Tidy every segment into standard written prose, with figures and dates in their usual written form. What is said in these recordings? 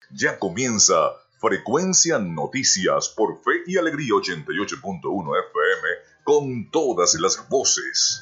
Ya comienza Frecuencia Noticias por Fe y Alegría 88.1 FM con todas las voces.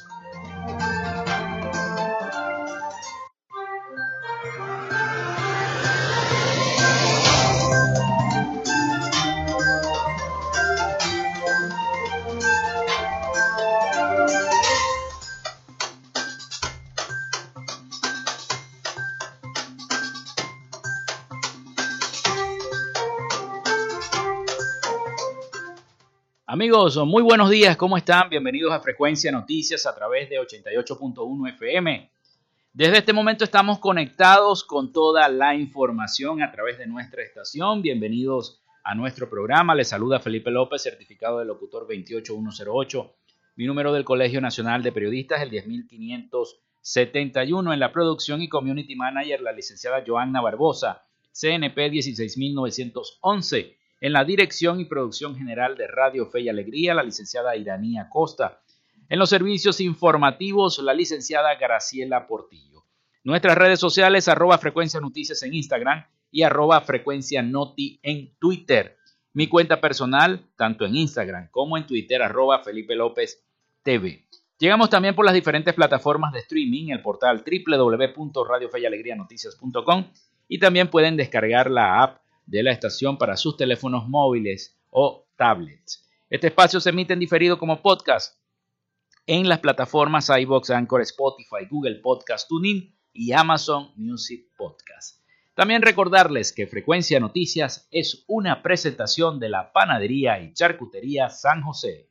Amigos, muy buenos días, ¿cómo están? Bienvenidos a Frecuencia Noticias a través de 88.1 FM. Desde este momento estamos conectados con toda la información a través de nuestra estación. Bienvenidos a nuestro programa. Les saluda Felipe López, certificado de locutor 28108. Mi número del Colegio Nacional de Periodistas, el 10571. En la producción y community manager, la licenciada Joanna Barbosa, CNP 16911. En la dirección y producción general de Radio Fe y Alegría, la licenciada Iranía Costa. En los servicios informativos, la licenciada Graciela Portillo. Nuestras redes sociales, @Frecuencia Noticias en Instagram y @Frecuencia Noti en Twitter. Mi cuenta personal, tanto en Instagram como en Twitter, @Felipe López TV. Llegamos también por las diferentes plataformas de streaming, el portal www.radiofeyalegrianoticias.com, y también pueden descargar la app de la estación para sus teléfonos móviles o tablets. Este espacio se emite en diferido como podcast en las plataformas iVoox, Anchor, Spotify, Google Podcast, TuneIn y Amazon Music Podcast. También recordarles que Frecuencia Noticias es una presentación de la Panadería y Charcutería San José.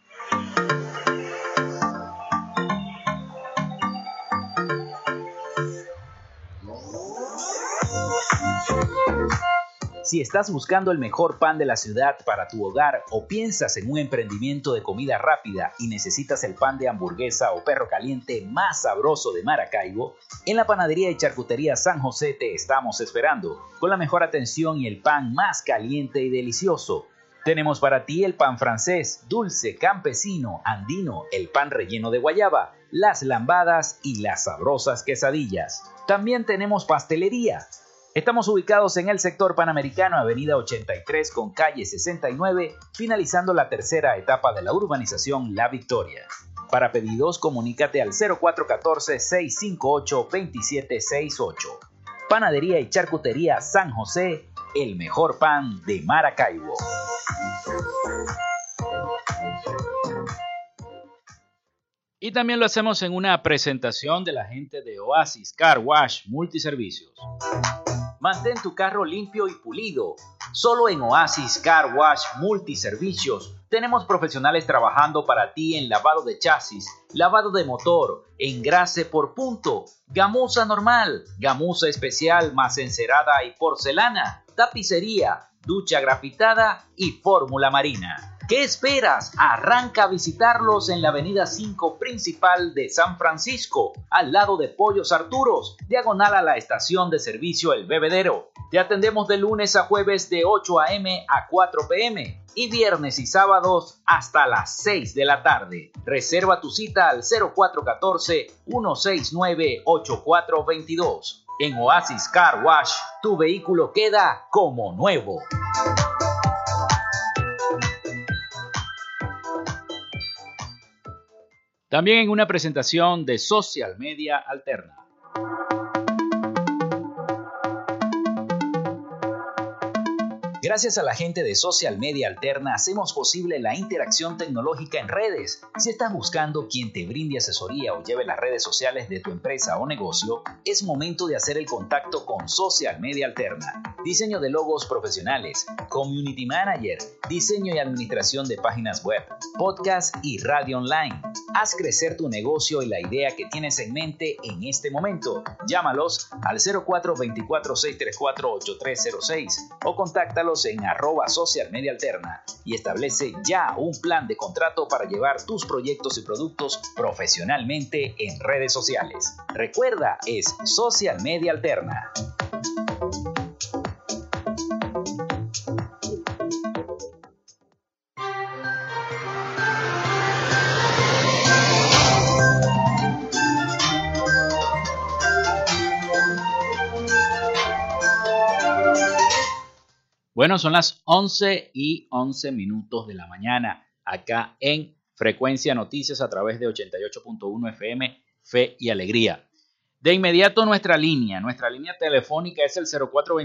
Si estás buscando el mejor pan de la ciudad para tu hogar o piensas en un emprendimiento de comida rápida y necesitas el pan de hamburguesa o perro caliente más sabroso de Maracaibo, en la Panadería y Charcutería San José te estamos esperando, con la mejor atención y el pan más caliente y delicioso. Tenemos para ti el pan francés, dulce, campesino, andino, el pan relleno de guayaba, las lambadas y las sabrosas quesadillas. También tenemos pastelería. Estamos ubicados en el sector Panamericano, avenida 83 con calle 69, finalizando la tercera etapa de la urbanización La Victoria. Para pedidos, comunícate al 0414-658-2768. Panadería y Charcutería San José, el mejor pan de Maracaibo. Y también lo hacemos en una presentación de la gente de Oasis Car Wash Multiservicios. Mantén tu carro limpio y pulido. Solo en Oasis Car Wash Multiservicios tenemos profesionales trabajando para ti en lavado de chasis, lavado de motor, engrase por punto, gamuza normal, gamuza especial más encerada y porcelana, tapicería, ducha grafitada y fórmula marina. ¿Qué esperas? Arranca a visitarlos en la avenida 5 principal de San Francisco, al lado de Pollos Arturos, diagonal a la estación de servicio El Bebedero. Te atendemos de lunes a jueves de 8 a.m. a 4 p.m. y viernes y sábados hasta las 6 de la tarde. Reserva tu cita al 0414-169-8422. En Oasis Car Wash, tu vehículo queda como nuevo. También en una presentación de Social Media Alterna. Gracias a la gente de Social Media Alterna hacemos posible la interacción tecnológica en redes. Si estás buscando quien te brinde asesoría o lleve las redes sociales de tu empresa o negocio, es momento de hacer el contacto con Social Media Alterna. Diseño de logos profesionales, community manager, diseño y administración de páginas web, podcast y radio online. Haz crecer tu negocio y la idea que tienes en mente en este momento. Llámalos al 0424-634-8306 o contáctalos en @socialmediaalterna y establece ya un plan de contrato para llevar tus proyectos y productos profesionalmente en redes sociales. Recuerda, es Social Media Alterna. Bueno, son las 11:11 de la mañana acá en Frecuencia Noticias a través de 88.1 FM, Fe y Alegría. De inmediato nuestra línea telefónica es el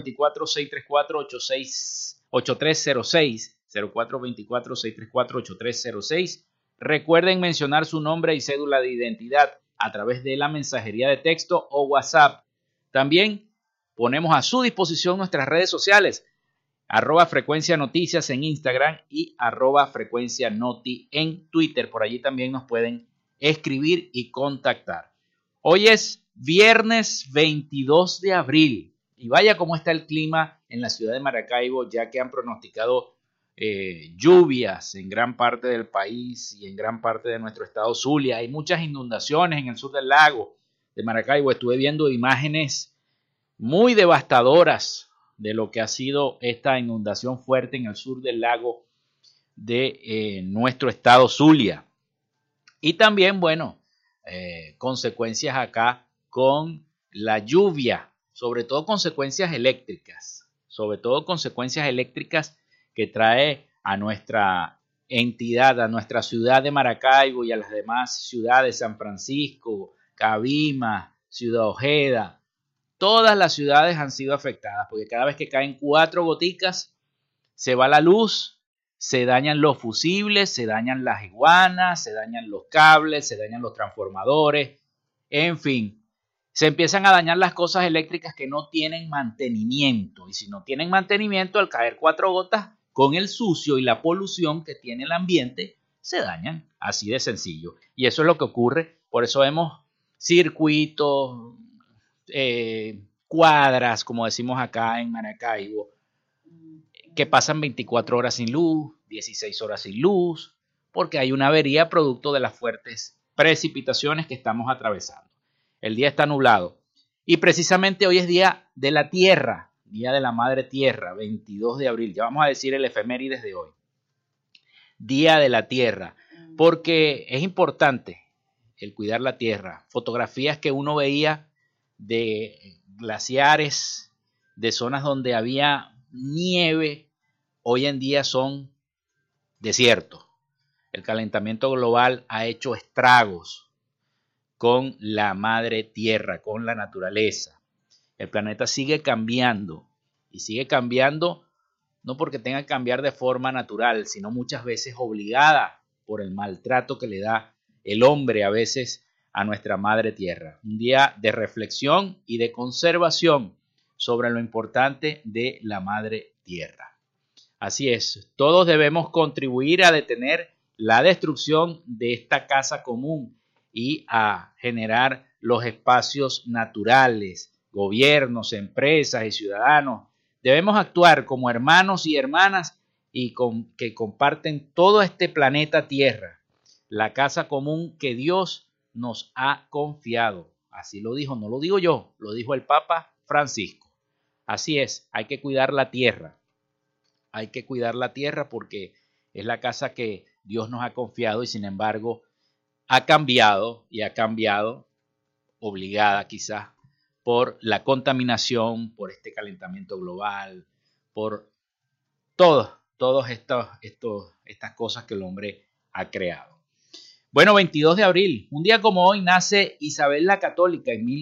0424-634-8306, 0424-634-8306. Recuerden mencionar su nombre y cédula de identidad a través de la mensajería de texto o WhatsApp. También ponemos a su disposición nuestras redes sociales, @Frecuencia Noticias en Instagram y @Frecuencia Noti en Twitter. Por allí también nos pueden escribir y contactar. Hoy es viernes 22 de abril y vaya cómo está el clima en la ciudad de Maracaibo, ya que han pronosticado lluvias en gran parte del país y en gran parte de nuestro estado Zulia. Hay muchas inundaciones en el sur del lago de Maracaibo. Estuve viendo imágenes muy devastadoras de lo que ha sido esta inundación fuerte en el sur del lago de nuestro estado Zulia. Y también, bueno, consecuencias acá con la lluvia, sobre todo consecuencias eléctricas que trae a nuestra entidad, a nuestra ciudad de Maracaibo y a las demás ciudades, San Francisco, Cabima, Ciudad Ojeda. Todas las ciudades han sido afectadas porque cada vez que caen 4 goticas se va la luz, se dañan los fusibles, se dañan las iguanas, se dañan los cables, se dañan los transformadores, en fin, se empiezan a dañar las cosas eléctricas que no tienen mantenimiento. Y si no tienen mantenimiento, al caer 4 gotas, con el sucio y la polución que tiene el ambiente, se dañan, así de sencillo. Y eso es lo que ocurre, por eso vemos circuitos, cuadras, como decimos acá en Maracaibo, que pasan 24 horas sin luz, 16 horas sin luz, porque hay una avería producto de las fuertes precipitaciones que estamos atravesando. El día está nublado y precisamente hoy es Día de la Tierra, Día de la Madre Tierra, 22 de abril. Ya vamos a decir el efemérides de hoy. Día de la Tierra, porque es importante el cuidar la tierra. Fotografías que uno veía de glaciares, de zonas donde había nieve, hoy en día son desiertos. El calentamiento global ha hecho estragos con la madre tierra, con la naturaleza. El planeta sigue cambiando y sigue cambiando no porque tenga que cambiar de forma natural, sino muchas veces obligada por el maltrato que le da el hombre a veces a nuestra madre tierra. Un día de reflexión y de conservación sobre lo importante de la madre tierra. Así es, todos debemos contribuir a detener la destrucción de esta casa común y a generar los espacios naturales. Gobiernos, empresas y ciudadanos debemos actuar como hermanos y hermanas y que comparten todo este planeta Tierra, la casa común que Dios nos ha confiado. Así lo dijo, no lo digo yo, lo dijo el Papa Francisco. Así es, hay que cuidar la tierra. Hay que cuidar la tierra porque es la casa que Dios nos ha confiado y sin embargo ha cambiado obligada quizás por la contaminación, por este calentamiento global, por todas estas cosas que el hombre ha creado. Bueno, 22 de abril, un día como hoy nace Isabel la Católica en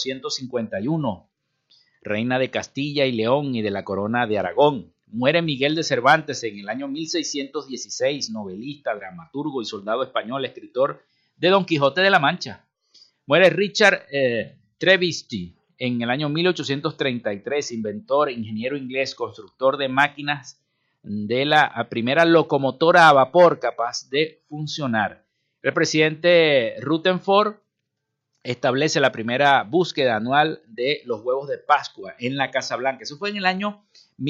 1451, reina de Castilla y León y de la corona de Aragón. Muere Miguel de Cervantes en el año 1616, novelista, dramaturgo y soldado español, escritor de Don Quijote de la Mancha. Muere Richard Trevithick en el año 1833, inventor, ingeniero inglés, constructor de máquinas de la primera locomotora a vapor capaz de funcionar. El presidente Rutherford establece la primera búsqueda anual de los huevos de Pascua en la Casa Blanca. Eso fue en el año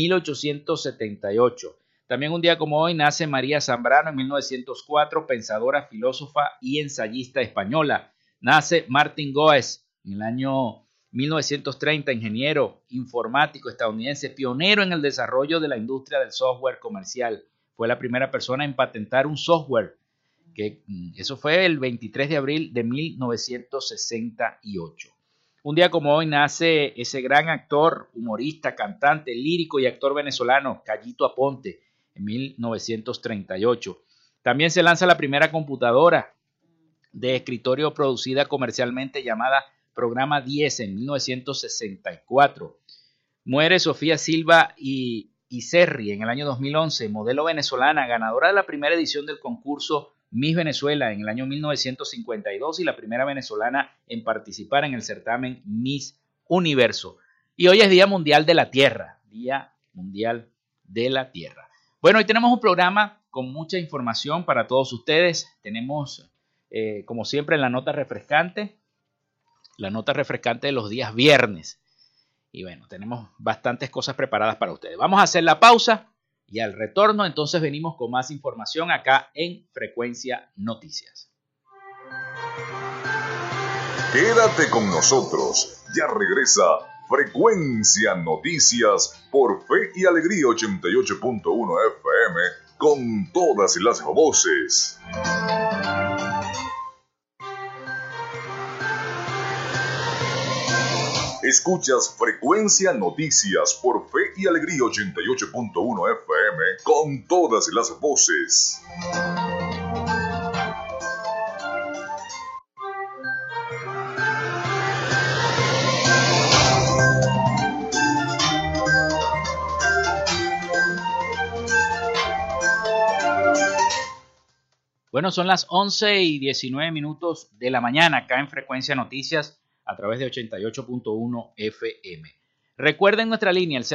1878. También un día como hoy nace María Zambrano en 1904, pensadora, filósofa y ensayista española. Nace Martin Goes en el año 1930, ingeniero informático estadounidense, pionero en el desarrollo de la industria del software comercial. Fue la primera persona en patentar un software, que eso fue el 23 de abril de 1968. Un día como hoy nace ese gran actor, humorista, cantante, lírico y actor venezolano, Callito Aponte, en 1938. También se lanza la primera computadora de escritorio producida comercialmente llamada Programa 10 en 1964. Muere Sofía Silva y Serri en el año 2011, modelo venezolana, ganadora de la primera edición del concurso Miss Venezuela en el año 1952 y la primera venezolana en participar en el certamen Miss Universo. Y hoy es Día Mundial de la Tierra, Día Mundial de la Tierra. Bueno, hoy tenemos un programa con mucha información para todos ustedes. Tenemos, como siempre, la nota refrescante de los días viernes. Y bueno, tenemos bastantes cosas preparadas para ustedes. Vamos a hacer la pausa y al retorno entonces venimos con más información acá en Frecuencia Noticias. Quédate con nosotros. Ya regresa Frecuencia Noticias por Fe y Alegría 88.1 FM con todas las voces. Escuchas Frecuencia Noticias por Fe y Alegría 88.1 FM con todas las voces. Bueno, son las 11:19 de la mañana acá en Frecuencia Noticias a través de 88.1 FM. Recuerden nuestra línea, el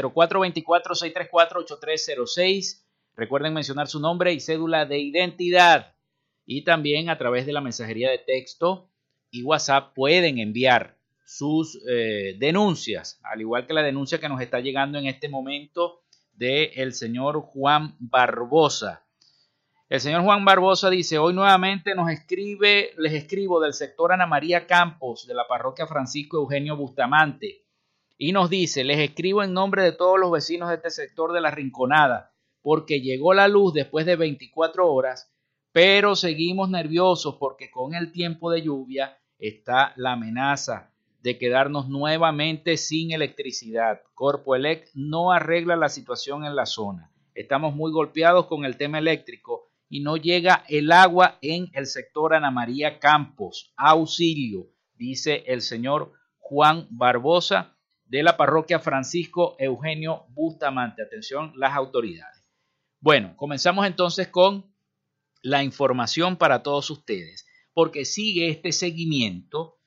0424-634-8306. Recuerden mencionar su nombre y cédula de identidad. Y también a través de la mensajería de texto y WhatsApp pueden enviar sus denuncias, al igual que la denuncia que nos está llegando en este momento del señor Juan Barbosa. El señor Juan Barbosa dice, hoy nuevamente les escribo del sector Ana María Campos, de la parroquia Francisco Eugenio Bustamante, y nos dice, les escribo en nombre de todos los vecinos de este sector de La Rinconada, porque llegó la luz después de 24 horas, pero seguimos nerviosos porque con el tiempo de lluvia está la amenaza de quedarnos nuevamente sin electricidad. Corpoelec no arregla la situación en la zona. Estamos muy golpeados con el tema eléctrico y no llega el agua en el sector Ana María Campos. Auxilio, dice el señor Juan Barbosa de la parroquia Francisco Eugenio Bustamante. Atención, las autoridades. Bueno, comenzamos entonces con la información para todos ustedes, porque sigue este seguimiento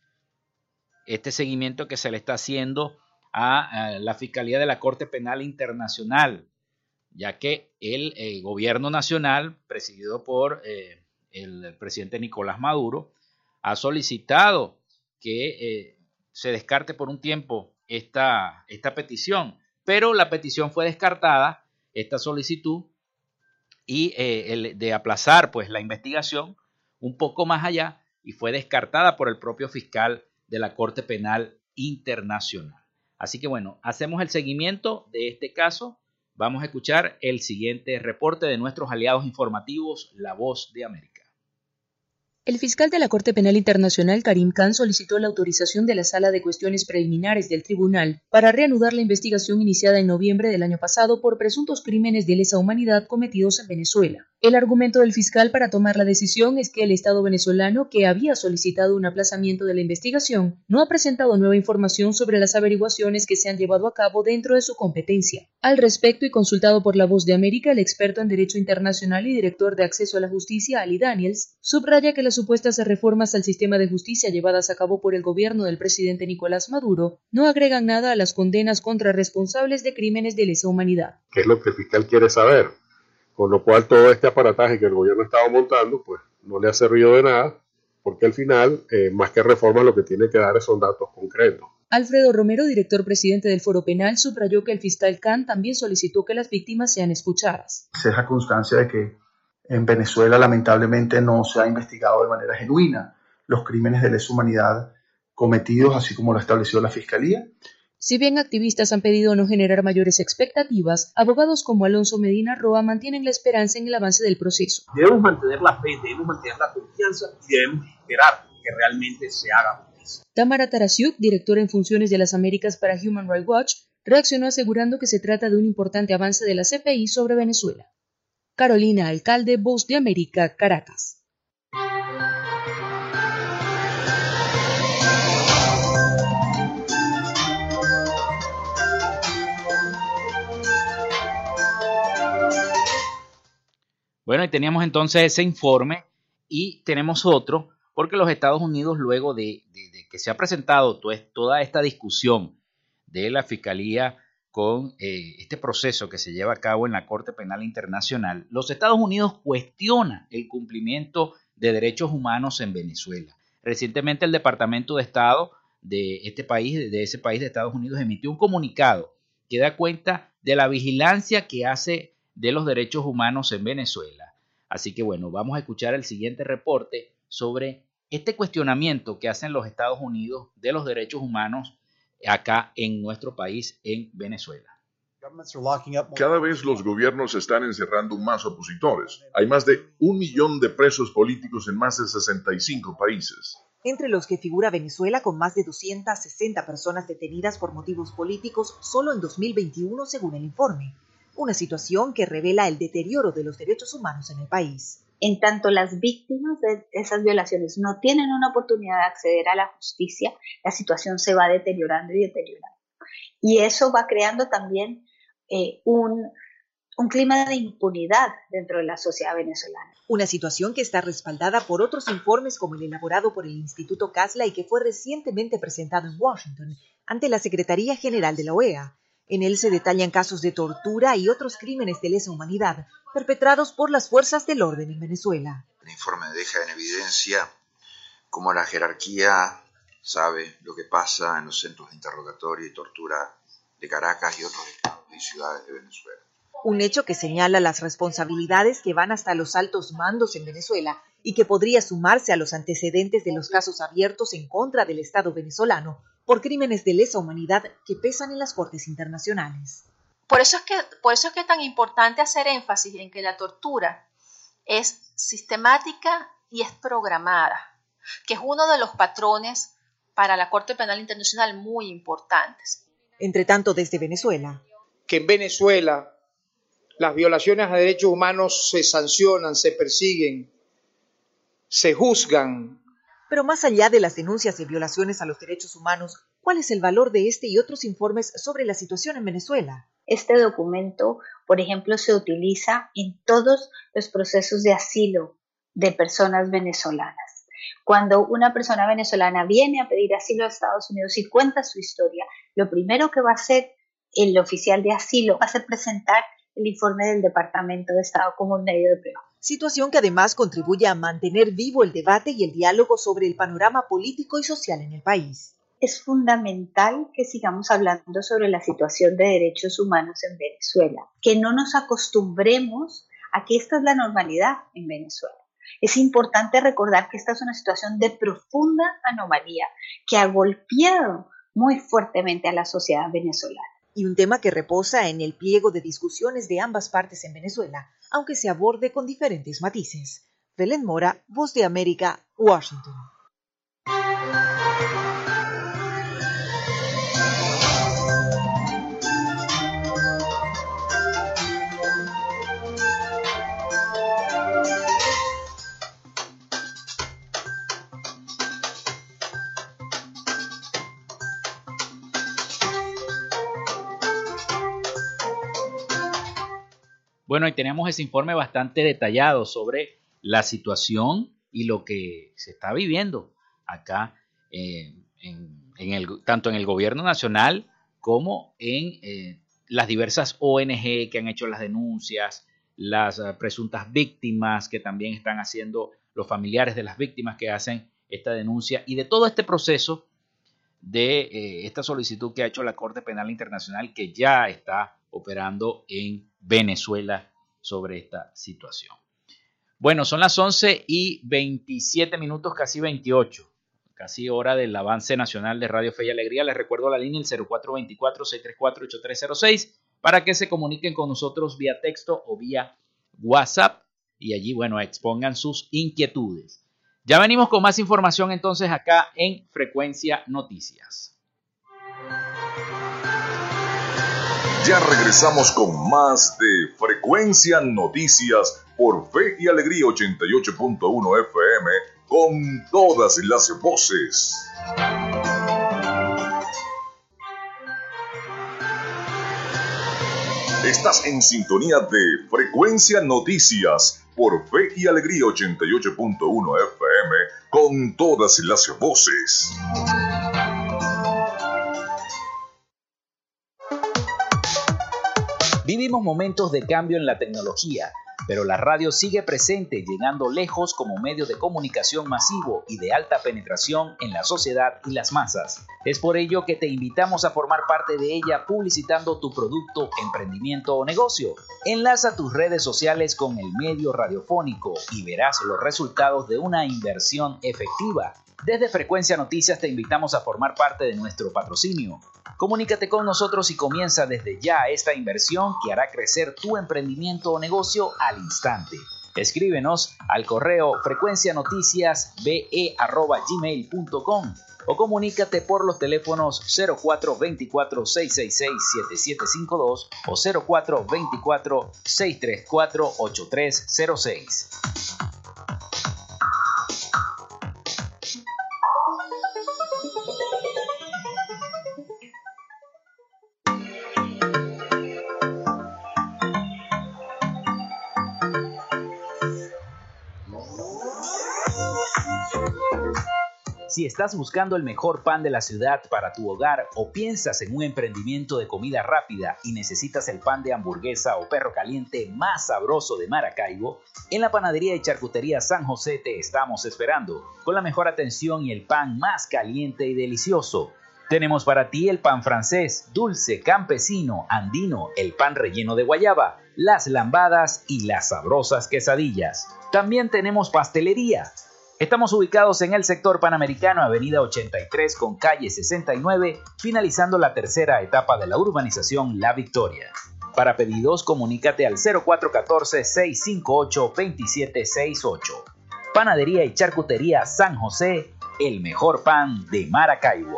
que se le está haciendo a la Fiscalía de la Corte Penal Internacional, ya que el gobierno nacional, presidido por el presidente Nicolás Maduro, ha solicitado que se descarte por un tiempo esta petición, pero la petición fue descartada, esta solicitud, y de aplazar pues la investigación un poco más allá, y fue descartada por el propio fiscal de la Corte Penal Internacional. Así que bueno, hacemos el seguimiento de este caso. Vamos a escuchar el siguiente reporte de nuestros aliados informativos, La Voz de América. El fiscal de la Corte Penal Internacional, Karim Khan, solicitó la autorización de la Sala de Cuestiones Preliminares del Tribunal para reanudar la investigación iniciada en noviembre del año pasado por presuntos crímenes de lesa humanidad cometidos en Venezuela. El argumento del fiscal para tomar la decisión es que el Estado venezolano, que había solicitado un aplazamiento de la investigación, no ha presentado nueva información sobre las averiguaciones que se han llevado a cabo dentro de su competencia. Al respecto, y consultado por La Voz de América, el experto en Derecho Internacional y director de Acceso a la Justicia, Ali Daniels, subraya que las supuestas reformas al sistema de justicia llevadas a cabo por el gobierno del presidente Nicolás Maduro no agregan nada a las condenas contra responsables de crímenes de lesa humanidad. ¿Qué es lo que el fiscal quiere saber? Con lo cual todo este aparataje que el gobierno estaba montando, pues no le ha servido de nada, porque al final, más que reformas, lo que tiene que dar son datos concretos. Alfredo Romero, director presidente del Foro Penal, subrayó que el fiscal Khan también solicitó que las víctimas sean escuchadas. Se deja constancia de que en Venezuela lamentablemente no se ha investigado de manera genuina los crímenes de lesa humanidad cometidos, así como lo ha establecido la Fiscalía. Si bien activistas han pedido no generar mayores expectativas, abogados como Alonso Medina Roa mantienen la esperanza en el avance del proceso. Debemos mantener la fe, debemos mantener la confianza y debemos esperar que realmente se haga justicia. Unidos. Tamara Tarasiuk, directora en funciones de las Américas para Human Rights Watch, reaccionó asegurando que se trata de un importante avance de la CPI sobre Venezuela. Carolina Alcalde, Voz de América, Caracas. Bueno, y teníamos entonces ese informe y tenemos otro, porque los Estados Unidos, luego de que se ha presentado toda esta discusión de la Fiscalía con este proceso que se lleva a cabo en la Corte Penal Internacional, los Estados Unidos cuestionan el cumplimiento de derechos humanos en Venezuela. Recientemente el Departamento de Estado de ese país de Estados Unidos, emitió un comunicado que da cuenta de la vigilancia que hace de los derechos humanos en Venezuela. Así que bueno, vamos a escuchar el siguiente reporte sobre este cuestionamiento que hacen los Estados Unidos de los derechos humanos acá en nuestro país, en Venezuela. Cada vez los gobiernos están encerrando más opositores. Hay más de 1 millón de presos políticos en más de 65 países. Entre los que figura Venezuela, con más de 260 personas detenidas por motivos políticos solo en 2021, según el informe. Una situación que revela el deterioro de los derechos humanos en el país. En tanto las víctimas de esas violaciones no tienen una oportunidad de acceder a la justicia, la situación se va deteriorando y deteriorando. Y eso va creando también un clima de impunidad dentro de la sociedad venezolana. Una situación que está respaldada por otros informes como el elaborado por el Instituto Casla y que fue recientemente presentado en Washington ante la Secretaría General de la OEA. En él se detallan casos de tortura y otros crímenes de lesa humanidad perpetrados por las fuerzas del orden en Venezuela. El informe deja en evidencia cómo la jerarquía sabe lo que pasa en los centros de interrogatorio y tortura de Caracas y otros estados y ciudades de Venezuela. Un hecho que señala las responsabilidades que van hasta los altos mandos en Venezuela y que podría sumarse a los antecedentes de los casos abiertos en contra del Estado venezolano por crímenes de lesa humanidad que pesan en las cortes internacionales. Por eso es que es tan importante hacer énfasis en que la tortura es sistemática y es programada, que es uno de los patrones para la Corte Penal Internacional muy importantes. Entre tanto, desde Venezuela. Que en Venezuela las violaciones a derechos humanos se sancionan, se persiguen, se juzgan. Pero más allá de las denuncias de violaciones a los derechos humanos, ¿cuál es el valor de este y otros informes sobre la situación en Venezuela? Este documento, por ejemplo, se utiliza en todos los procesos de asilo de personas venezolanas. Cuando una persona venezolana viene a pedir asilo a Estados Unidos y cuenta su historia, lo primero que va a hacer el oficial de asilo va a ser presentar el informe del Departamento de Estado como un medio de prueba. Situación que además contribuye a mantener vivo el debate y el diálogo sobre el panorama político y social en el país. Es fundamental que sigamos hablando sobre la situación de derechos humanos en Venezuela, que no nos acostumbremos a que esta es la normalidad en Venezuela. Es importante recordar que esta es una situación de profunda anomalía que ha golpeado muy fuertemente a la sociedad venezolana. Y un tema que reposa en el pliego de discusiones de ambas partes en Venezuela, aunque se aborde con diferentes matices. Belén Mora, Voz de América, Washington. Bueno, y tenemos ese informe bastante detallado sobre la situación y lo que se está viviendo acá, tanto en el gobierno nacional como en las diversas ONG que han hecho las denuncias, las presuntas víctimas que también están haciendo, los familiares de las víctimas que hacen esta denuncia, y de todo este proceso de esta solicitud que ha hecho la Corte Penal Internacional, que ya está operando en Venezuela sobre esta situación. Bueno, son las 11:27, casi 28, casi hora del avance nacional de Radio Fe y Alegría. Les recuerdo la línea, el 0424-634-8306, para que se comuniquen con nosotros vía texto o vía WhatsApp, y allí, bueno, expongan sus inquietudes. Ya venimos con más información entonces acá en Frecuencia Noticias. Ya regresamos con más de Frecuencia Noticias por Fe y Alegría 88.1 FM con todas las voces. Estás en sintonía de Frecuencia Noticias por Fe y Alegría 88.1 FM con todas las voces. Vivimos momentos de cambio en la tecnología, pero la radio sigue presente, llegando lejos como medio de comunicación masivo y de alta penetración en la sociedad y las masas. Es por ello que te invitamos a formar parte de ella publicitando tu producto, emprendimiento o negocio. Enlaza tus redes sociales con el medio radiofónico y verás los resultados de una inversión efectiva. Desde Frecuencia Noticias te invitamos a formar parte de nuestro patrocinio. Comunícate con nosotros y comienza desde ya esta inversión que hará crecer tu emprendimiento o negocio al instante. Escríbenos al correo frecuencianoticiasbe@gmail.com o comunícate por los teléfonos 0424-666-7752 o 0424-634-8306. Si estás buscando el mejor pan de la ciudad para tu hogar o piensas en un emprendimiento de comida rápida y necesitas el pan de hamburguesa o perro caliente más sabroso de Maracaibo, en la Panadería y Charcutería San José te estamos esperando, con la mejor atención y el pan más caliente y delicioso. Tenemos para ti el pan francés, dulce, campesino, andino, el pan relleno de guayaba, las lambadas y las sabrosas quesadillas. También tenemos pastelería. Estamos ubicados en el sector Panamericano, avenida 83 con calle 69, finalizando la tercera etapa de la urbanización La Victoria. Para pedidos, comunícate al 0414-658-2768. Panadería y Charcutería San José, el mejor pan de Maracaibo.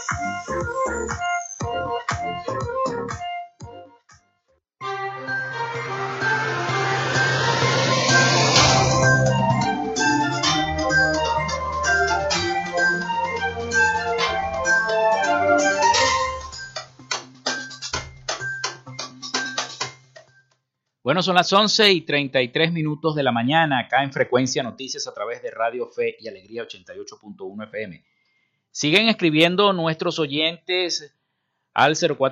Bueno, son las 11:33 de la mañana acá en Frecuencia Noticias a través de Radio Fe y Alegría 88.1 FM. Siguen escribiendo nuestros oyentes al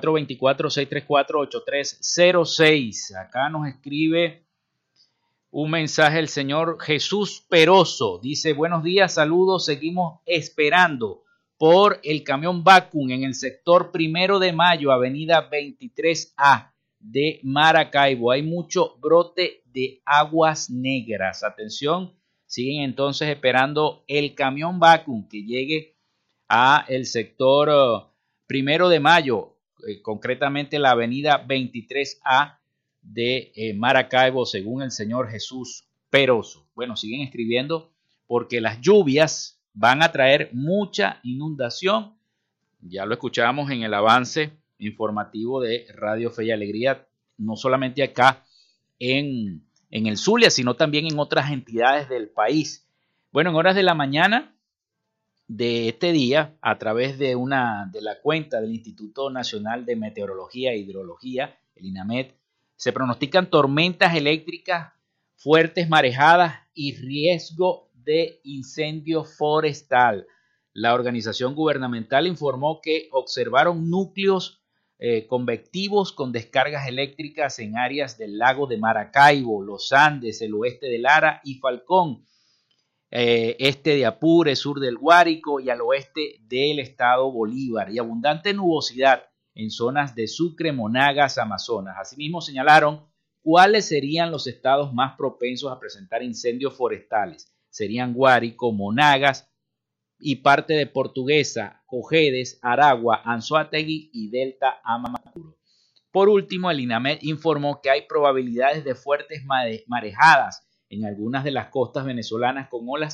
0424-634-8306. Acá nos escribe un mensaje el señor Jesús Peroso. Dice, buenos días, saludos, seguimos esperando por el camión Vacuum en el sector 1 de Mayo, avenida 23A. De Maracaibo. Hay mucho brote de aguas negras. Atención, siguen entonces esperando el camión Vacuum que llegue a el sector 1 de Mayo, concretamente la avenida 23A de Maracaibo, según el señor Jesús Peroso. Bueno, siguen escribiendo porque las lluvias van a traer mucha inundación. Ya lo escuchábamos en el avance informativo de Radio Fe y Alegría, no solamente acá en el Zulia, sino también en otras entidades del país. Bueno, en horas de la mañana de este día, a través de la cuenta del Instituto Nacional de Meteorología e Hidrología, el INAMED, se pronostican tormentas eléctricas, fuertes marejadas y riesgo de incendio forestal. La organización gubernamental informó que observaron núcleos convectivos con descargas eléctricas en áreas del lago de Maracaibo, Los Andes, el oeste de Lara y Falcón, este de Apure, sur del Guárico y al oeste del estado Bolívar, y abundante nubosidad en zonas de Sucre, Monagas, Amazonas. Asimismo señalaron cuáles serían los estados más propensos a presentar incendios forestales. Serían Guárico, Monagas y parte de Portuguesa, Cojedes, Aragua, Anzoátegui y Delta Amacuro. Por último, el INAMED informó que hay probabilidades de fuertes marejadas en algunas de las costas venezolanas con olas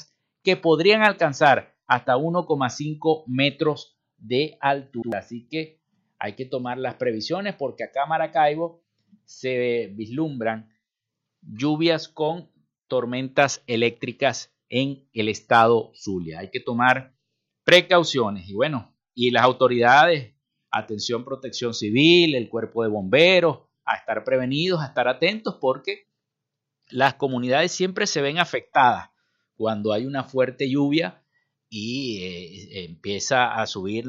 que podrían alcanzar hasta 1,5 metros de altura. Así que hay que tomar las previsiones porque acá en Maracaibo se vislumbran lluvias con tormentas eléctricas en el estado Zulia. Hay que tomar precauciones y bueno, y las autoridades, atención, protección civil, el cuerpo de bomberos, a estar prevenidos, a estar atentos porque las comunidades siempre se ven afectadas cuando hay una fuerte lluvia y empieza a subir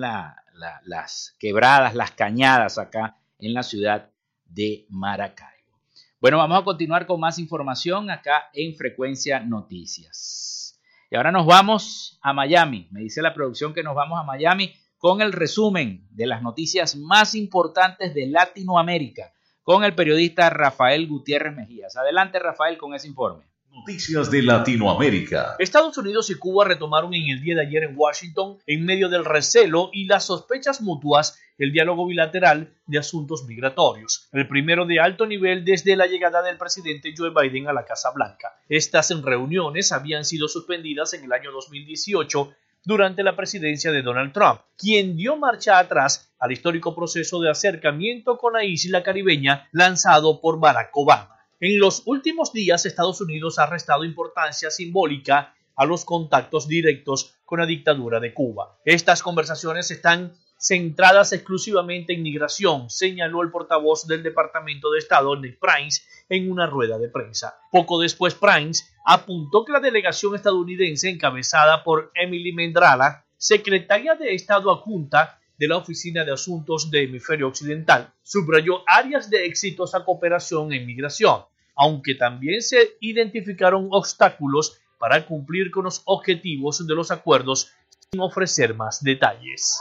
las quebradas, las cañadas acá en la ciudad de Maracaibo. Bueno, vamos a continuar con más información acá en Frecuencia Noticias. Y ahora nos vamos a Miami. Me dice la producción que nos vamos a Miami con el resumen de las noticias más importantes de Latinoamérica con el periodista Rafael Gutiérrez Mejías. Adelante, Rafael, con ese informe. Noticias de Latinoamérica. Estados Unidos y Cuba retomaron en el día de ayer en Washington, en medio del recelo y las sospechas mutuas, el diálogo bilateral de asuntos migratorios, el primero de alto nivel desde la llegada del presidente Joe Biden a la Casa Blanca. Estas reuniones habían sido suspendidas en el año 2018 durante la presidencia de Donald Trump, quien dio marcha atrás al histórico proceso de acercamiento con la isla caribeña lanzado por Barack Obama. En los últimos días, Estados Unidos ha restado importancia simbólica a los contactos directos con la dictadura de Cuba. Estas conversaciones están centradas exclusivamente en migración, señaló el portavoz del Departamento de Estado, Ned Price, en una rueda de prensa. Poco después, Price apuntó que la delegación estadounidense, encabezada por Emily Mendrala, secretaria de Estado adjunta de la Oficina de Asuntos de Hemisferio Occidental, subrayó áreas de exitosa cooperación en migración, aunque también se identificaron obstáculos para cumplir con los objetivos de los acuerdos sin ofrecer más detalles.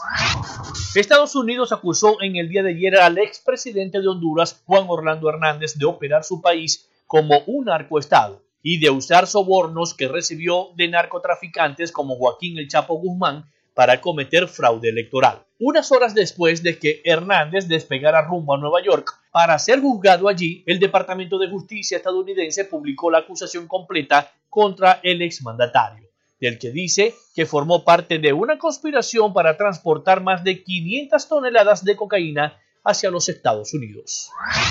Estados Unidos acusó en el día de ayer al expresidente de Honduras, Juan Orlando Hernández, de operar su país como un narcoestado y de usar sobornos que recibió de narcotraficantes como Joaquín El Chapo Guzmán para cometer fraude electoral. Unas horas después de que Hernández despegara rumbo a Nueva York para ser juzgado allí, el Departamento de Justicia estadounidense publicó la acusación completa contra el exmandatario, del que dice que formó parte de una conspiración para transportar más de 500 toneladas de cocaína hacia los Estados Unidos.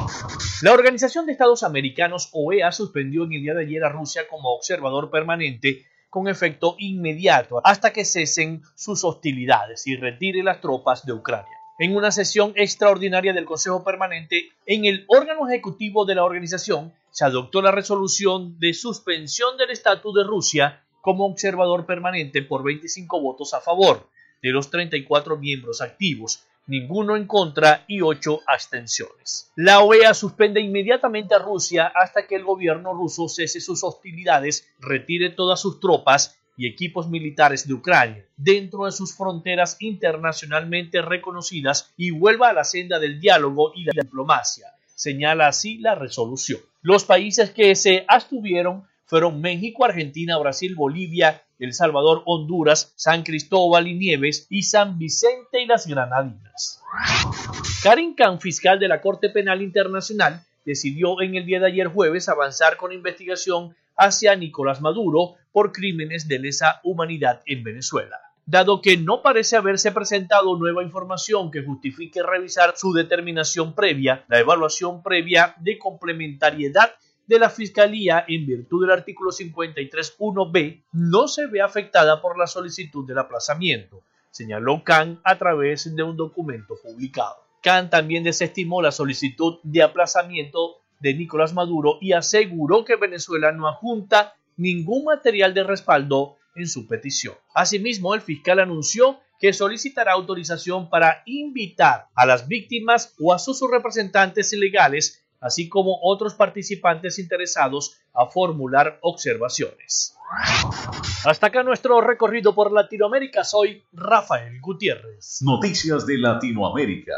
La Organización de Estados Americanos, OEA, suspendió en el día de ayer a Rusia como observador permanente con efecto inmediato hasta que cesen sus hostilidades y retire las tropas de Ucrania. En una sesión extraordinaria del Consejo Permanente, en el órgano ejecutivo de la organización, se adoptó la resolución de suspensión del estatus de Rusia como observador permanente por 25 votos a favor de los 34 miembros activos, ninguno en contra y 8 abstenciones. La OEA suspende inmediatamente a Rusia hasta que el gobierno ruso cese sus hostilidades, retire todas sus tropas y equipos militares de Ucrania dentro de sus fronteras internacionalmente reconocidas y vuelva a la senda del diálogo y la diplomacia, señala así la resolución. Los países que se abstuvieron fueron México, Argentina, Brasil, Bolivia, El Salvador, Honduras, San Cristóbal y Nieves y San Vicente y las Granadinas. Karim Khan, fiscal de la Corte Penal Internacional, decidió en el día de ayer jueves avanzar con investigación hacia Nicolás Maduro por crímenes de lesa humanidad en Venezuela. Dado que no parece haberse presentado nueva información que justifique revisar su determinación previa, la evaluación previa de complementariedad de la Fiscalía en virtud del artículo 53.1b no se ve afectada por la solicitud del aplazamiento, señaló Khan a través de un documento publicado. Khan también desestimó la solicitud de aplazamiento de Nicolás Maduro y aseguró que Venezuela no adjunta ningún material de respaldo en su petición. Asimismo, el fiscal anunció que solicitará autorización para invitar a las víctimas o a sus representantes legales, así como otros participantes interesados, a formular observaciones. Hasta acá nuestro recorrido por Latinoamérica. Soy Rafael Gutiérrez. Noticias de Latinoamérica.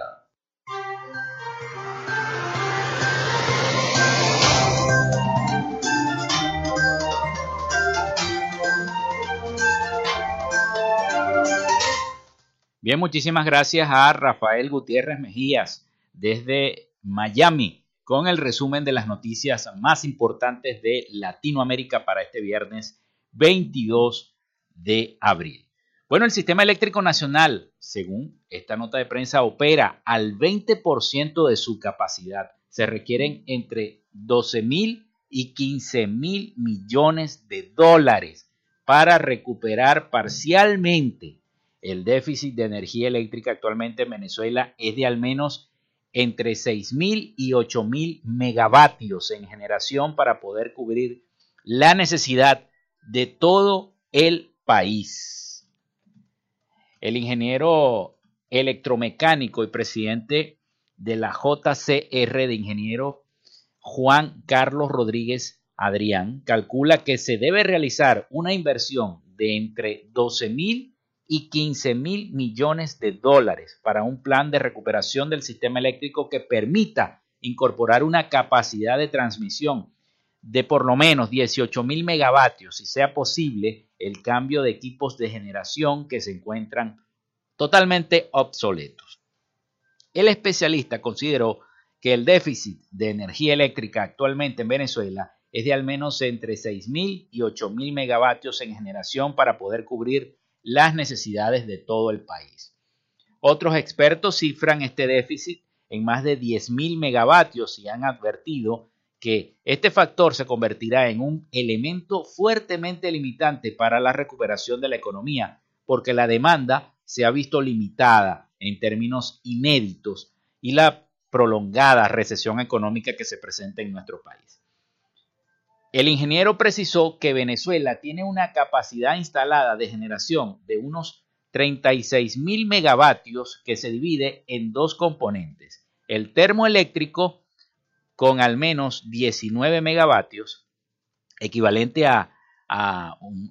Bien, muchísimas gracias a Rafael Gutiérrez Mejías desde Miami con el resumen de las noticias más importantes de Latinoamérica para este viernes 22 de abril. Bueno, el sistema eléctrico nacional, según esta nota de prensa, opera al 20% de su capacidad. Se requieren entre 12.000 y 15.000 millones de dólares para recuperar parcialmente el déficit de energía eléctrica actualmente en Venezuela. Es de al menos entre 6.000 y 8.000 megavatios en generación para poder cubrir la necesidad de todo el país. El ingeniero electromecánico y presidente de la JCR de Ingeniero Juan Carlos Rodríguez Adrián calcula que se debe realizar una inversión de entre 12.000 y 15.000 millones de dólares para un plan de recuperación del sistema eléctrico que permita incorporar una capacidad de transmisión de por lo menos 18.000 megavatios, si sea posible el cambio de equipos de generación que se encuentran totalmente obsoletos. El especialista consideró que el déficit de energía eléctrica actualmente en Venezuela es de al menos entre 6.000 y 8.000 megavatios en generación para poder cubrir las necesidades de todo el país. Otros expertos cifran este déficit en más de 10.000 megavatios y han advertido que este factor se convertirá en un elemento fuertemente limitante para la recuperación de la economía, porque la demanda se ha visto limitada en términos inéditos y la prolongada recesión económica que se presenta en nuestro país. El ingeniero precisó que Venezuela tiene una capacidad instalada de generación de unos 36.000 megavatios que se divide en dos componentes: el termoeléctrico con al menos 19 megavatios, equivalente a un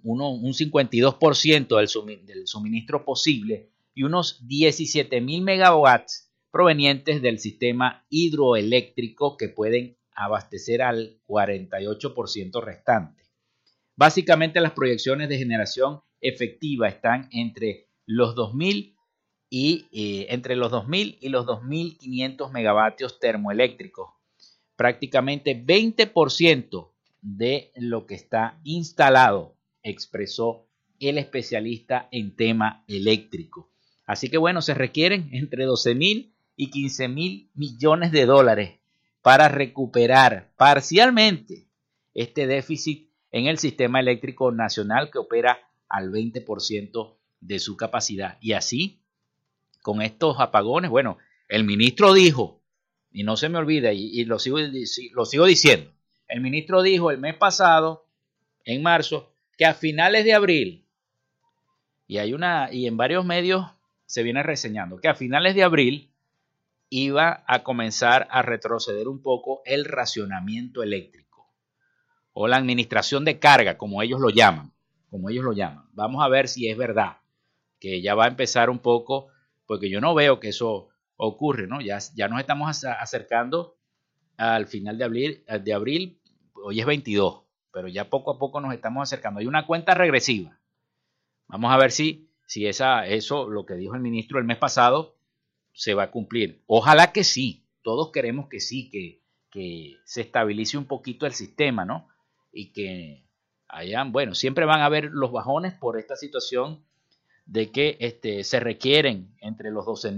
52% del suministro posible, y unos 17.000 megawatts provenientes del sistema hidroeléctrico que pueden abastecer al 48% restante. Básicamente las proyecciones de generación efectiva están entre los 2.000 y los 2.500 megavatios termoeléctricos, prácticamente 20% de lo que está instalado, expresó el especialista en tema eléctrico. Así que bueno, se requieren entre 12.000 y 15.000 millones de dólares para recuperar parcialmente este déficit en el sistema eléctrico nacional que opera al 20% de su capacidad. Y así, con estos apagones, bueno, el ministro dijo, y no se me olvida, y lo sigo diciendo, el ministro dijo el mes pasado, en marzo, que a finales de abril, y en varios medios se viene reseñando, que a finales de abril iba a comenzar a retroceder un poco el racionamiento eléctrico o la administración de carga, como ellos lo llaman. Vamos a ver si es verdad que ya va a empezar un poco, porque yo no veo que eso ocurre, ¿no? Ya nos estamos acercando al final de abril, hoy es 22, pero ya poco a poco nos estamos acercando. Hay una cuenta regresiva. Vamos a ver si eso, lo que dijo el ministro el mes pasado, se va a cumplir. Ojalá que sí, todos queremos que sí, que se estabilice un poquito el sistema, ¿no? Y que siempre van a haber los bajones por esta situación de que se requieren entre los 12.000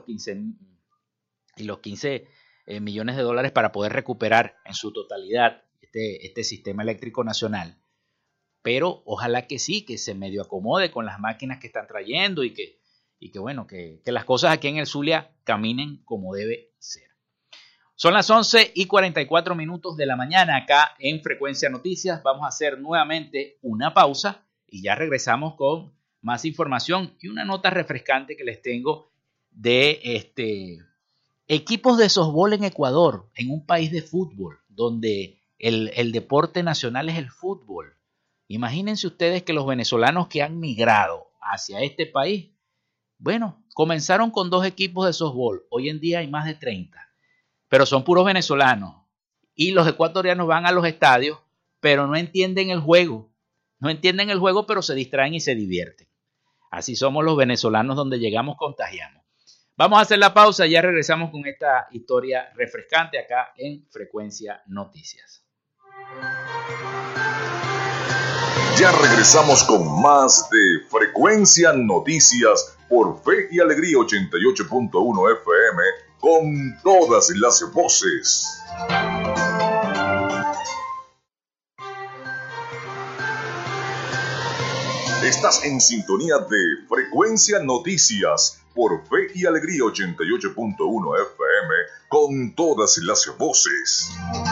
y los 15 millones de dólares para poder recuperar en su totalidad este sistema eléctrico nacional. Pero ojalá que sí, que se medio acomode con las máquinas que están trayendo y que las cosas aquí en el Zulia caminen como debe ser. Son las 11:44 de la mañana acá en Frecuencia Noticias. Vamos a hacer nuevamente una pausa y ya regresamos con más información y una nota refrescante que les tengo de equipos de softball en Ecuador, en un país de fútbol, donde el deporte nacional es el fútbol. Imagínense ustedes que los venezolanos que han migrado hacia este país, comenzaron con 2 equipos de softball. Hoy en día hay más de 30, pero son puros venezolanos. Y los ecuatorianos van a los estadios, pero no entienden el juego. Pero se distraen y se divierten. Así somos los venezolanos, donde llegamos contagiamos. Vamos a hacer la pausa y ya regresamos con esta historia refrescante acá en Frecuencia Noticias. Ya regresamos con más de Frecuencia Noticias por Fe y Alegría 88.1 FM con todas las voces. Estás en sintonía de Frecuencia Noticias por Fe y Alegría 88.1 FM con todas las voces.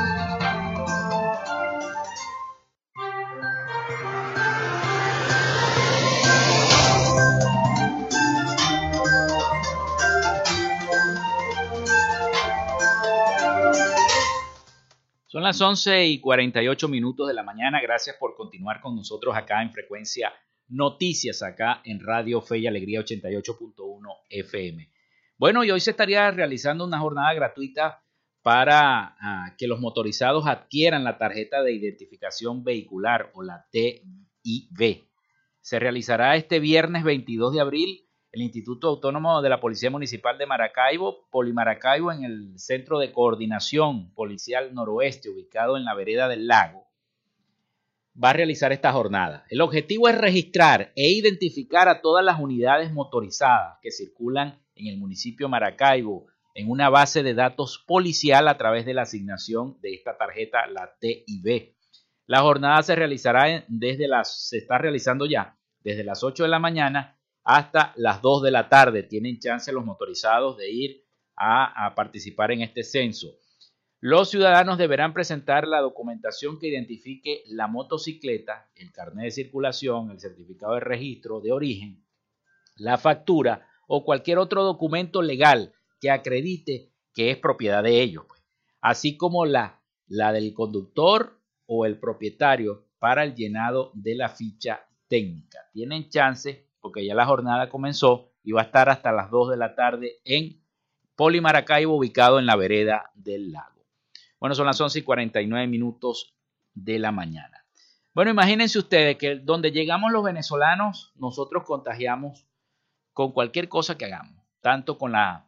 Son las 11:48 de la mañana. Gracias por continuar con nosotros acá en Frecuencia Noticias, acá en Radio Fe y Alegría 88.1 FM. Bueno, y hoy se estaría realizando una jornada gratuita para que los motorizados adquieran la tarjeta de identificación vehicular o la TIV. Se realizará este viernes 22 de abril el Instituto Autónomo de la Policía Municipal de Maracaibo, Polimaracaibo, en el Centro de Coordinación Policial Noroeste, ubicado en la vereda del Lago, va a realizar esta jornada. El objetivo es registrar e identificar a todas las unidades motorizadas que circulan en el municipio de Maracaibo en una base de datos policial a través de la asignación de esta tarjeta, la TIV. La jornada se realizará se está realizando ya desde las 8 de la mañana hasta las 2 de la tarde. Tienen chance los motorizados de ir a participar en este censo. Los ciudadanos deberán presentar la documentación que identifique la motocicleta, el carnet de circulación, el certificado de registro de origen, la factura o cualquier otro documento legal que acredite que es propiedad de ellos, pues. Así como la del conductor o el propietario para el llenado de la ficha técnica. Tienen chance porque ya la jornada comenzó y va a estar hasta las 2 de la tarde en Polimaracaibo, ubicado en la vereda del Lago. Bueno, son las 11:49 de la mañana. Bueno, imagínense ustedes que donde llegamos los venezolanos, nosotros contagiamos con cualquier cosa que hagamos, tanto con la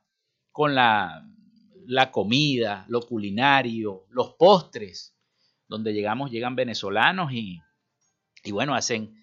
comida, lo culinario, los postres. Donde llegamos, llegan venezolanos y bueno, hacen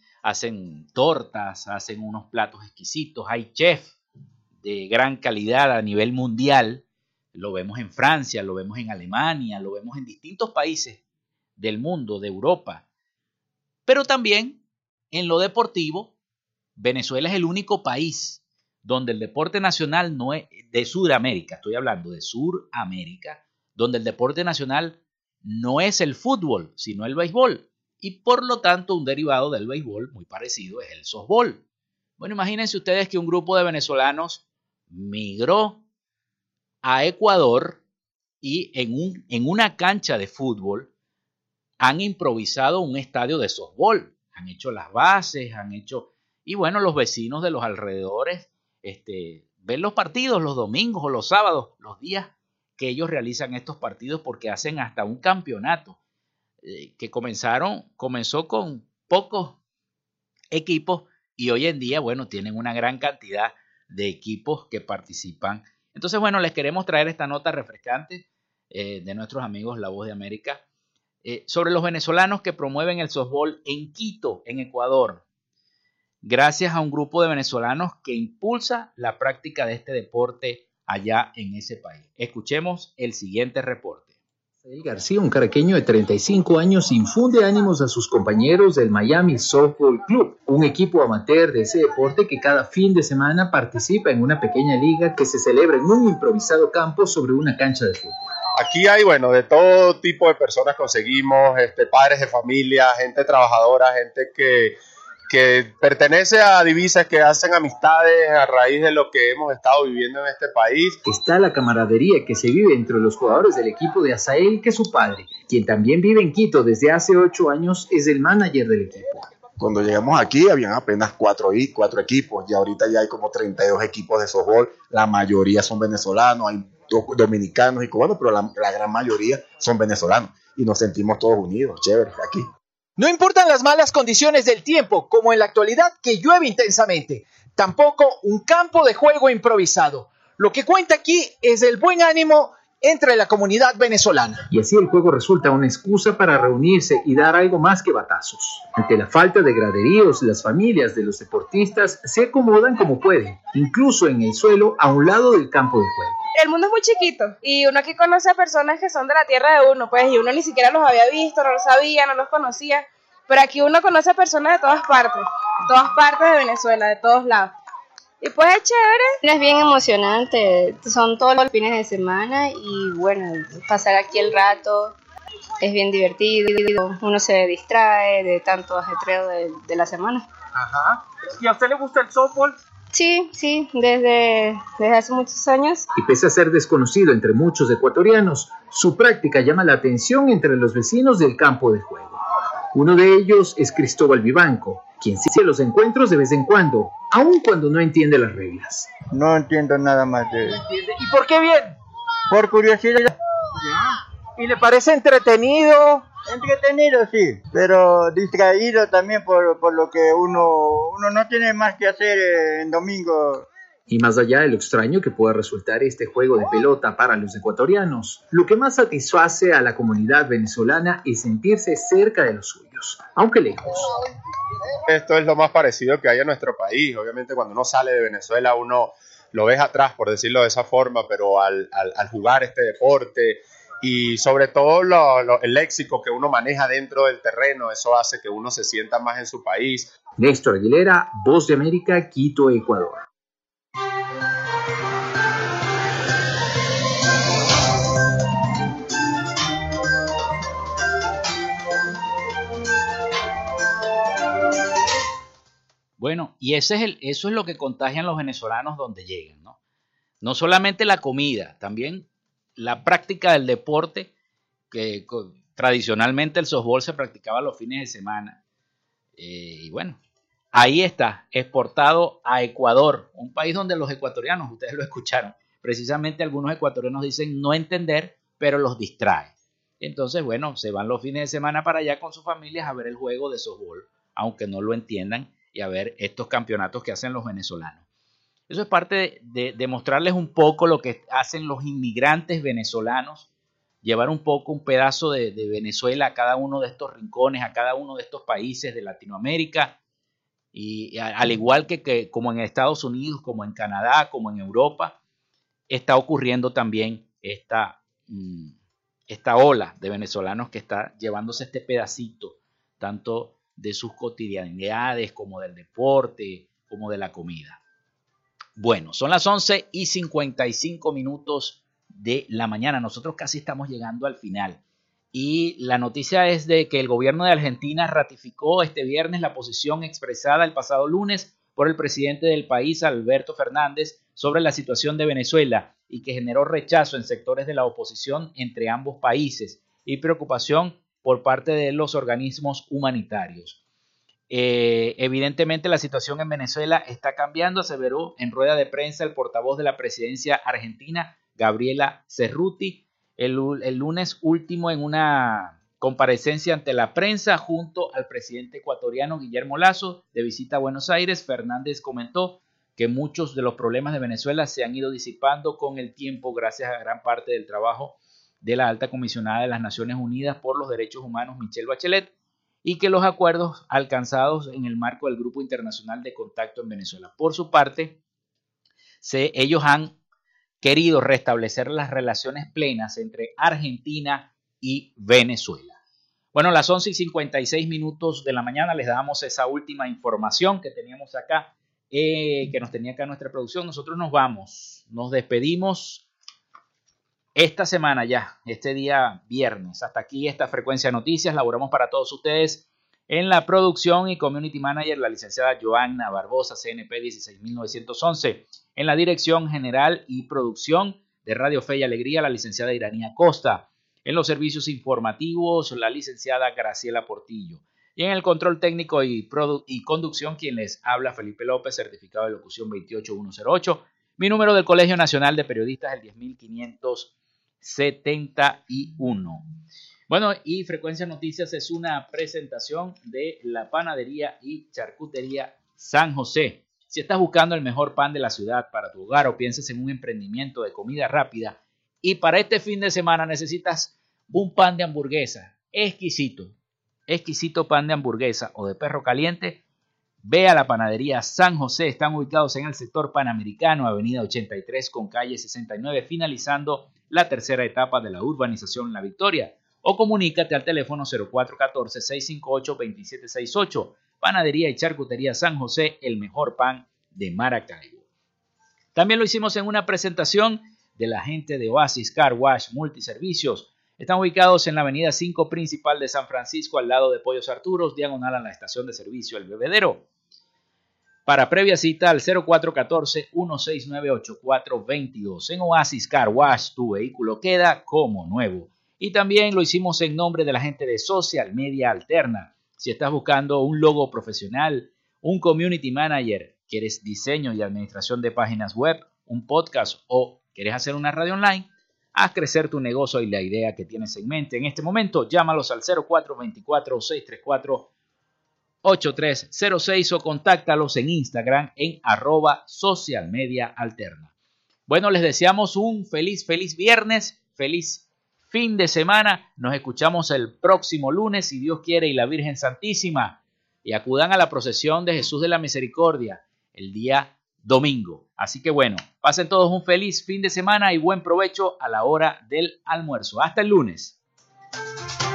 tortas, hacen unos platos exquisitos. Hay chefs de gran calidad a nivel mundial. Lo vemos en Francia, lo vemos en Alemania, lo vemos en distintos países del mundo, de Europa. Pero también en lo deportivo, Venezuela es el único país donde el deporte nacional no es de Sudamérica, estoy hablando de Sudamérica, donde el deporte nacional no es el fútbol, sino el béisbol. Y por lo tanto, un derivado del béisbol muy parecido es el softball. Bueno, imagínense ustedes que un grupo de venezolanos migró a Ecuador y en una cancha de fútbol han improvisado un estadio de softball. Han hecho las bases, y bueno, los vecinos de los alrededores ven los partidos los domingos o los sábados, los días que ellos realizan estos partidos, porque hacen hasta un campeonato que comenzó con pocos equipos y hoy en día, bueno, tienen una gran cantidad de equipos que participan. Entonces, bueno, les queremos traer esta nota refrescante de nuestros amigos La Voz de América sobre los venezolanos que promueven el softball en Quito, en Ecuador, gracias a un grupo de venezolanos que impulsa la práctica de este deporte allá en ese país. Escuchemos el siguiente reporte. Rafael García, un caraqueño de 35 años, infunde ánimos a sus compañeros del Miami Softball Club, un equipo amateur de ese deporte que cada fin de semana participa en una pequeña liga que se celebra en un improvisado campo sobre una cancha de fútbol. Aquí hay, bueno, de todo tipo de personas conseguimos, padres de familia, gente trabajadora, gente que pertenece a divisas que hacen amistades a raíz de lo que hemos estado viviendo en este país. Está la camaradería que se vive entre los jugadores del equipo de Azael, que su padre, quien también vive en Quito desde hace 8 años, es el manager del equipo. Cuando llegamos aquí habían apenas 4 equipos y ahorita ya hay como 32 equipos de softball. La mayoría son venezolanos, hay dominicanos y cubanos, pero la gran mayoría son venezolanos y nos sentimos todos unidos, chévere, aquí. No importan las malas condiciones del tiempo, como en la actualidad que llueve intensamente, tampoco un campo de juego improvisado. Lo que cuenta aquí es el buen ánimo entre la comunidad venezolana. Y así el juego resulta una excusa para reunirse y dar algo más que batazos. Ante la falta de graderíos, las familias de los deportistas se acomodan como pueden, incluso en el suelo a un lado del campo de juego. El mundo es muy chiquito y uno aquí conoce a personas que son de la tierra de uno, pues, y uno ni siquiera los había visto, no los sabía, no los conocía, pero aquí uno conoce a personas de todas partes de Venezuela, de todos lados. Y pues es chévere. Es bien emocionante, son todos los fines de semana y bueno, pasar aquí el rato es bien divertido, uno se distrae de tanto ajetreo de la semana. Ajá. ¿Y a usted le gusta el softball? Sí, desde hace muchos años. Y pese a ser desconocido entre muchos ecuatorianos, su práctica llama la atención entre los vecinos del campo de juego. Uno de ellos es Cristóbal Vivanco, quien sigue los encuentros de vez en cuando, aun cuando no entiende las reglas. No entiendo nada más de eso. ¿Y por qué viene? Por curiosidad. ¿Y le parece entretenido? Entretenido, sí, pero distraído también por lo que uno no tiene más que hacer en domingo. Y más allá de lo extraño que pueda resultar este juego de pelota para los ecuatorianos, lo que más satisface a la comunidad venezolana es sentirse cerca de los suyos, aunque lejos. Esto es lo más parecido que hay en nuestro país. Obviamente cuando uno sale de Venezuela uno lo ves atrás, por decirlo de esa forma, pero al jugar este deporte y sobre todo el léxico que uno maneja dentro del terreno, eso hace que uno se sienta más en su país. Néstor Aguilera, Voz de América, Quito, Ecuador. Bueno, y eso es lo que contagian los venezolanos donde llegan, ¿no? No solamente la comida, también la práctica del deporte, que tradicionalmente el softball se practicaba los fines de semana. Y bueno, ahí está, exportado a Ecuador, un país donde los ecuatorianos, ustedes lo escucharon, precisamente algunos ecuatorianos dicen no entender, pero los distrae. Entonces, bueno, se van los fines de semana para allá con sus familias a ver el juego de softball, aunque no lo entiendan, y a ver estos campeonatos que hacen los venezolanos. Eso es parte de mostrarles un poco lo que hacen los inmigrantes venezolanos, llevar un poco, un pedazo de Venezuela a cada uno de estos rincones, a cada uno de estos países de Latinoamérica, y al igual que como en Estados Unidos, como en Canadá, como en Europa, está ocurriendo también esta ola de venezolanos que está llevándose este pedacito, tanto de sus cotidianidades, como del deporte, como de la comida. Bueno, son las 11:55 de la mañana. Nosotros casi estamos llegando al final. Y la noticia es de que el gobierno de Argentina ratificó este viernes la posición expresada el pasado lunes por el presidente del país, Alberto Fernández, sobre la situación de Venezuela y que generó rechazo en sectores de la oposición entre ambos países y preocupación por parte de los organismos humanitarios. Evidentemente la situación en Venezuela está cambiando, aseveró en rueda de prensa el portavoz de la presidencia argentina, Gabriela Cerruti, el lunes último en una comparecencia ante la prensa junto al presidente ecuatoriano Guillermo Lasso de visita a Buenos Aires. Fernández comentó que muchos de los problemas de Venezuela se han ido disipando con el tiempo gracias a gran parte del trabajo de la alta comisionada de las Naciones Unidas por los Derechos Humanos, Michelle Bachelet, y que los acuerdos alcanzados en el marco del Grupo Internacional de Contacto en Venezuela. Por su parte, ellos han querido restablecer las relaciones plenas entre Argentina y Venezuela. Bueno, las 11:56 de la mañana les damos esa última información que teníamos acá, que nos tenía acá nuestra producción. Nosotros nos vamos, nos despedimos esta semana ya, este día viernes. Hasta aquí esta Frecuencia de Noticias. Laboramos para todos ustedes en la producción y community manager, la licenciada Joanna Barbosa, CNP 16911. En la dirección general y producción de Radio Fe y Alegría, la licenciada Iranía Costa. En los servicios informativos, la licenciada Graciela Portillo. Y en el control técnico y conducción, quien les habla, Felipe López, certificado de locución 28108. Mi número del Colegio Nacional de Periodistas, el 10571. Bueno, y Frecuencia Noticias es una presentación de la Panadería y Charcutería San José. Si estás buscando el mejor pan de la ciudad para tu hogar o piensas en un emprendimiento de comida rápida, Y para este fin de semana necesitas un pan de hamburguesa exquisito, exquisito pan de hamburguesa o de perro caliente. Ve a la panadería San José. Están ubicados en el sector Panamericano, avenida 83 con calle 69, finalizando la tercera etapa de la urbanización La Victoria. O comunícate al teléfono 0414-658-2768. Panadería y Charcutería San José, el mejor pan de Maracaibo. También lo hicimos en una presentación de la gente de Oasis Car Wash Multiservicios. Están ubicados en la avenida 5 principal de San Francisco, al lado de Pollos Arturos, diagonal a la estación de servicio El Bebedero. Para previa cita al 0414-169-8422. En Oasis Car Wash, tu vehículo queda como nuevo. Y también lo hicimos en nombre de la gente de Social Media Alterna. Si estás buscando un logo profesional, un community manager, quieres diseño y administración de páginas web, un podcast o quieres hacer una radio online, haz crecer tu negocio y la idea que tienes en mente. En este momento, llámalos al 0424-634-8306 o contáctalos en Instagram en @socialmediaalterna. Bueno, les deseamos un feliz viernes, feliz fin de semana. Nos escuchamos el próximo lunes, si Dios quiere, y la Virgen Santísima. Y acudan a la procesión de Jesús de la Misericordia el día domingo. Así que bueno, pasen todos un feliz fin de semana y buen provecho a la hora del almuerzo. Hasta el lunes.